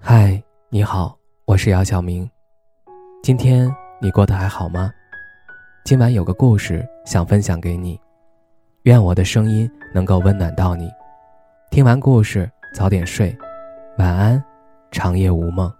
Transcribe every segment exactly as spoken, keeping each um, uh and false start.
嗨，你好，我是姚晓明。今天你过得还好吗？今晚有个故事想分享给你，愿我的声音能够温暖到你。听完故事早点睡，晚安，长夜无梦。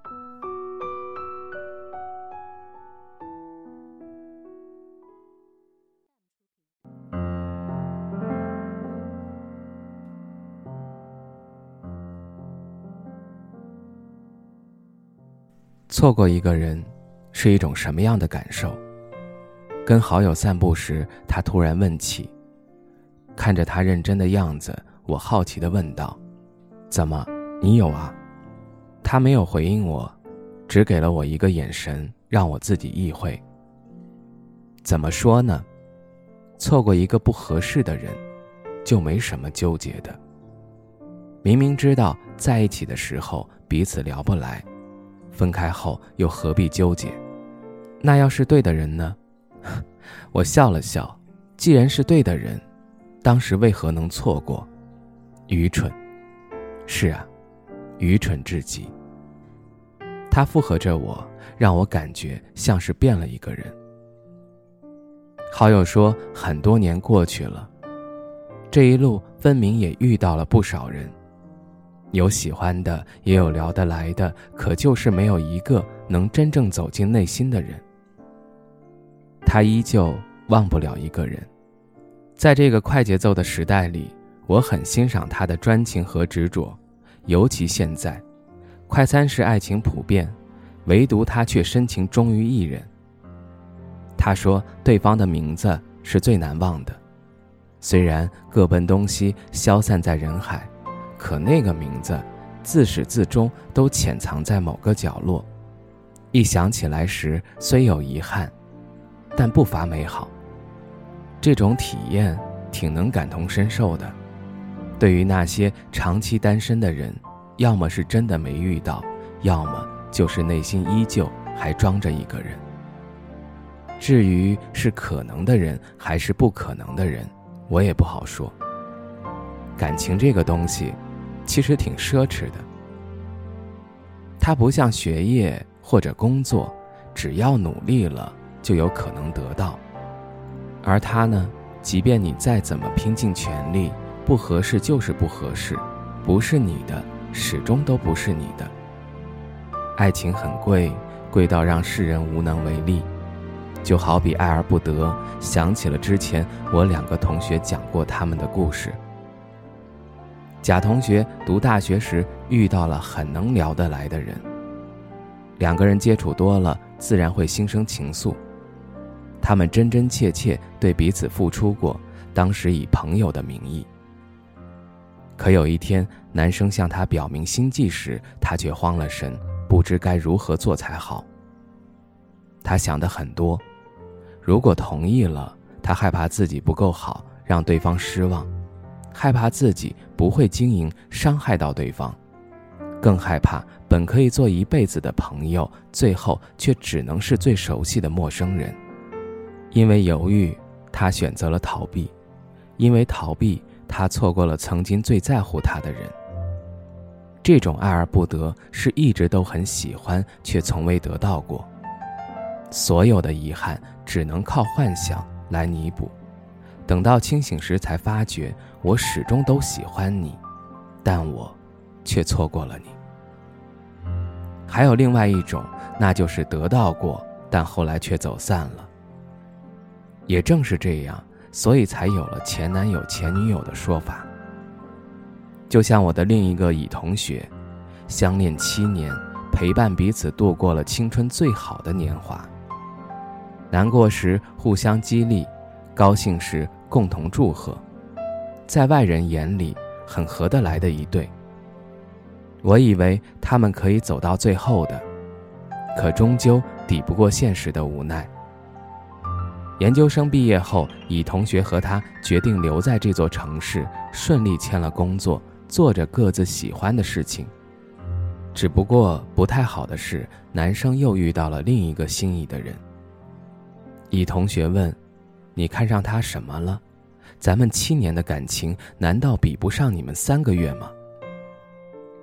错过一个人是一种什么样的感受？跟好友散步时，他突然问起，看着他认真的样子，我好奇地问道：怎么，你有啊？他没有回应我，只给了我一个眼神，让我自己意会。怎么说呢？错过一个不合适的人，就没什么纠结的。明明知道在一起的时候彼此聊不来，分开后又何必纠结？那要是对的人呢？我笑了笑，既然是对的人，当时为何能错过？愚蠢。是啊，愚蠢至极。他附和着我，让我感觉像是变了一个人。好友说，很多年过去了，这一路分明也遇到了不少人，有喜欢的，也有聊得来的，可就是没有一个能真正走进内心的人。他依旧忘不了一个人。在这个快节奏的时代里，我很欣赏他的专情和执着，尤其现在，快餐式爱情普遍，唯独他却深情忠于一人。他说对方的名字是最难忘的，虽然各奔东西，消散在人海，可那个名字自始至终都潜藏在某个角落，一想起来时虽有遗憾，但不乏美好。这种体验挺能感同身受的。对于那些长期单身的人，要么是真的没遇到，要么就是内心依旧还装着一个人。至于是可能的人还是不可能的人，我也不好说。感情这个东西其实挺奢侈的，它不像学业或者工作，只要努力了就有可能得到。而它呢，即便你再怎么拼尽全力，不合适就是不合适，不是你的，始终都不是你的。爱情很贵，贵到让世人无能为力。就好比爱而不得，想起了之前我两个同学讲过他们的故事。甲同学读大学时遇到了很能聊得来的人，两个人接触多了，自然会心生情愫。他们真真切切对彼此付出过，当时以朋友的名义。可有一天，男生向她表明心迹时，她却慌了神，不知该如何做才好。她想得很多，如果同意了，她害怕自己不够好，让对方失望，害怕自己不会经营，伤害到对方，更害怕本可以做一辈子的朋友，最后却只能是最熟悉的陌生人。因为犹豫，他选择了逃避；因为逃避，他错过了曾经最在乎他的人。这种爱而不得，是一直都很喜欢，却从未得到过。所有的遗憾只能靠幻想来弥补。等到清醒时才发觉，我始终都喜欢你，但我却错过了你。还有另外一种，那就是得到过，但后来却走散了。也正是这样，所以才有了前男友前女友的说法。就像我的另一个乙同学，相恋七年，陪伴彼此度过了青春最好的年华。难过时互相激励，高兴时共同祝贺，在外人眼里很合得来的一对。我以为他们可以走到最后的，可终究抵不过现实的无奈。研究生毕业后，乙同学和他决定留在这座城市，顺利签了工作，做着各自喜欢的事情。只不过不太好的是，男生又遇到了另一个心仪的人。乙同学问：你看上他什么了？咱们七年的感情难道比不上你们三个月吗？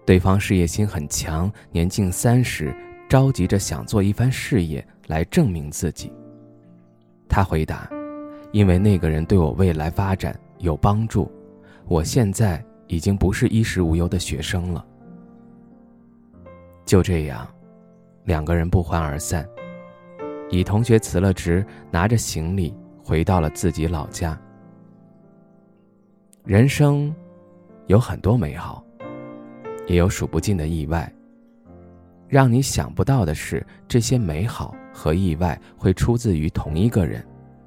对方事业心很强，年近三十，着急着想做一番事业来证明自己。他回答，因为那个人对我未来发展有帮助，我现在已经不是衣食无忧的学生了。就这样，两个人不欢而散。乙同学辞了职，拿着行李回到了自己老家。人生有很多美好，也有数不尽的意外。让你想不到的是，这些美好和意外会出自于同一个人。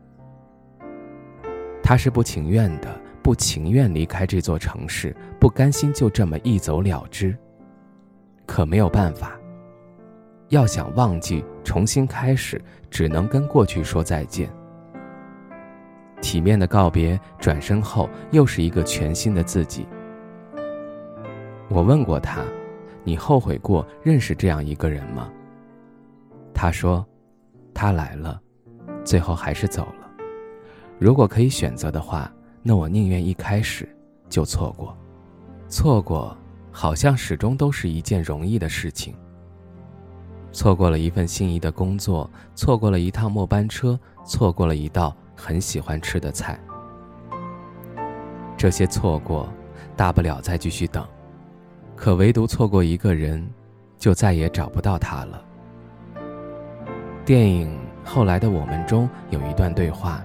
他是不情愿的，不情愿离开这座城市，不甘心就这么一走了之。可没有办法，要想忘记，重新开始，只能跟过去说再见。体面的告别，转身后又是一个全新的自己。我问过他，你后悔过认识这样一个人吗？他说，他来了，最后还是走了。如果可以选择的话，那我宁愿一开始就错过。错过好像始终都是一件容易的事情。错过了一份心仪的工作，错过了一趟末班车，错过了一道很喜欢吃的菜。这些错过，大不了再继续等，可唯独错过一个人，就再也找不到他了。电影《后来的我们》中有一段对话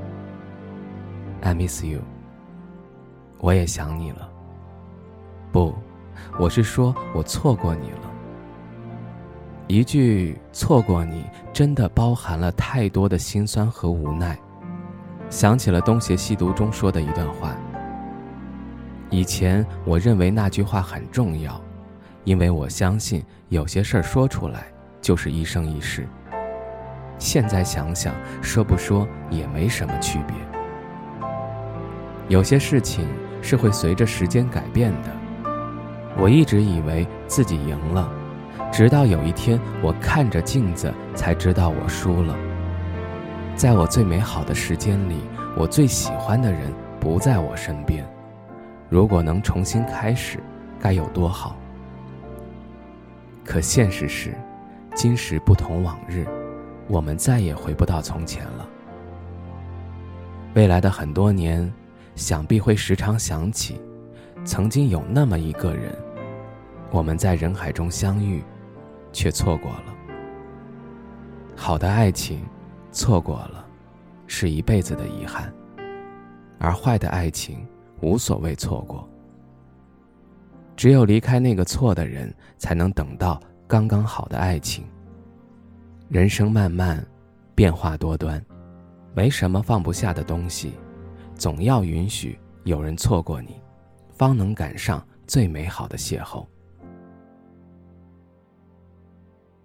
I miss you， 我也想你了。不，我是说我错过你了。一句错过你，真的包含了太多的辛酸和无奈。想起了东邪西毒中说的一段话，以前我认为那句话很重要，因为我相信有些事儿说出来就是一生一世。现在想想，说不说也没什么区别。有些事情是会随着时间改变的。我一直以为自己赢了，直到有一天我看着镜子才知道我输了。在我最美好的时间里，我最喜欢的人不在我身边，如果能重新开始，该有多好。可现实是，今时不同往日，我们再也回不到从前了。未来的很多年，想必会时常想起，曾经有那么一个人，我们在人海中相遇，却错过了。好的爱情，错过了，是一辈子的遗憾，而坏的爱情，无所谓错过。只有离开那个错的人，才能等到刚刚好的爱情。人生漫漫，变化多端，没什么放不下的东西，总要允许有人错过你，方能赶上最美好的邂逅。